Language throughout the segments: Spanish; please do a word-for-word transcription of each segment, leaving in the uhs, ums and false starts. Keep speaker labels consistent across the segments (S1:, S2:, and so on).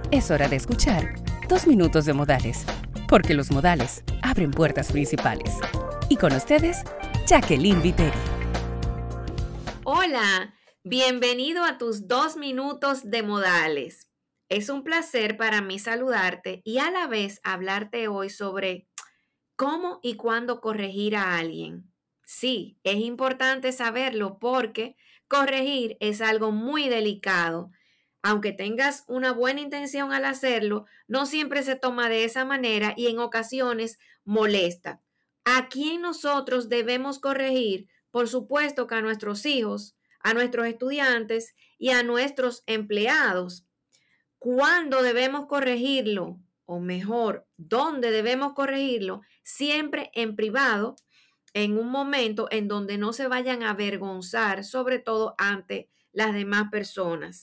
S1: Es hora de escuchar Dos Minutos de Modales, porque los modales abren puertas principales. Y con ustedes, Jacqueline Viteri.
S2: Hola, bienvenido a tus Dos Minutos de Modales. Es un placer para mí saludarte y a la vez hablarte hoy sobre cómo y cuándo corregir a alguien. Sí, es importante saberlo porque corregir es algo muy delicado. Aunque tengas una buena intención al hacerlo, no siempre se toma de esa manera y en ocasiones molesta. ¿A quién nosotros debemos corregir? Por supuesto que a nuestros hijos, a nuestros estudiantes y a nuestros empleados. ¿Cuándo debemos corregirlo? O mejor, ¿dónde debemos corregirlo? Siempre en privado, en un momento en donde no se vayan a avergonzar, sobre todo ante las demás personas.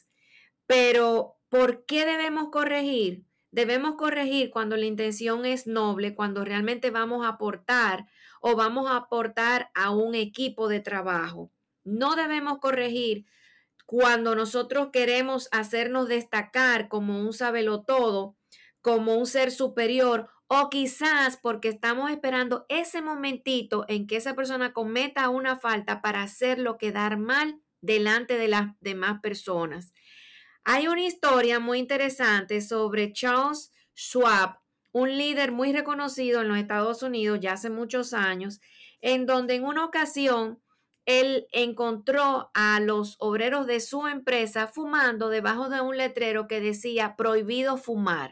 S2: Pero, ¿por qué debemos corregir? Debemos corregir cuando la intención es noble, cuando realmente vamos a aportar o vamos a aportar a un equipo de trabajo. No debemos corregir cuando nosotros queremos hacernos destacar como un sabelotodo, como un ser superior, o quizás porque estamos esperando ese momentito en que esa persona cometa una falta para hacerlo quedar mal delante de las demás personas. Hay una historia muy interesante sobre Charles Schwab, un líder muy reconocido en los Estados Unidos ya hace muchos años, en donde en una ocasión él encontró a los obreros de su empresa fumando debajo de un letrero que decía prohibido fumar.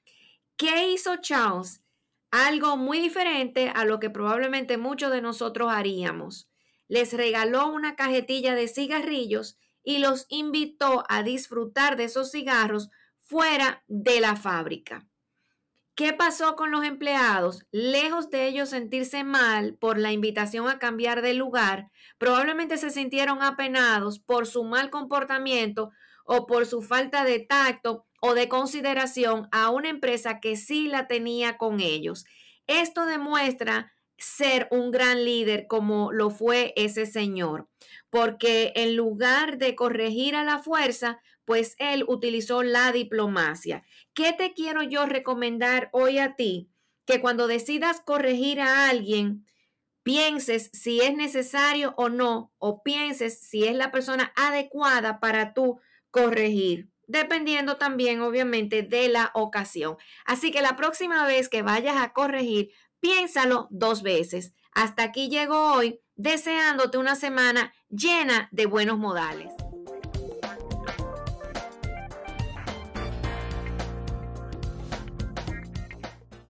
S2: ¿Qué hizo Charles? Algo muy diferente a lo que probablemente muchos de nosotros haríamos. Les regaló una cajetilla de cigarrillos y los invitó a disfrutar de esos cigarros fuera de la fábrica. ¿Qué pasó con los empleados? Lejos de ellos sentirse mal por la invitación a cambiar de lugar, probablemente se sintieron apenados por su mal comportamiento o por su falta de tacto o de consideración a una empresa que sí la tenía con ellos. Esto demuestra ser un gran líder como lo fue ese señor, porque en lugar de corregir a la fuerza, pues él utilizó la diplomacia. ¿Qué te quiero yo recomendar hoy a ti? Que cuando decidas corregir a alguien, pienses si es necesario o no, o pienses si es la persona adecuada para tú corregir, dependiendo también, obviamente, de la ocasión. Así que la próxima vez que vayas a corregir, piénsalo dos veces. Hasta aquí llego hoy, deseándote una semana llena de buenos modales.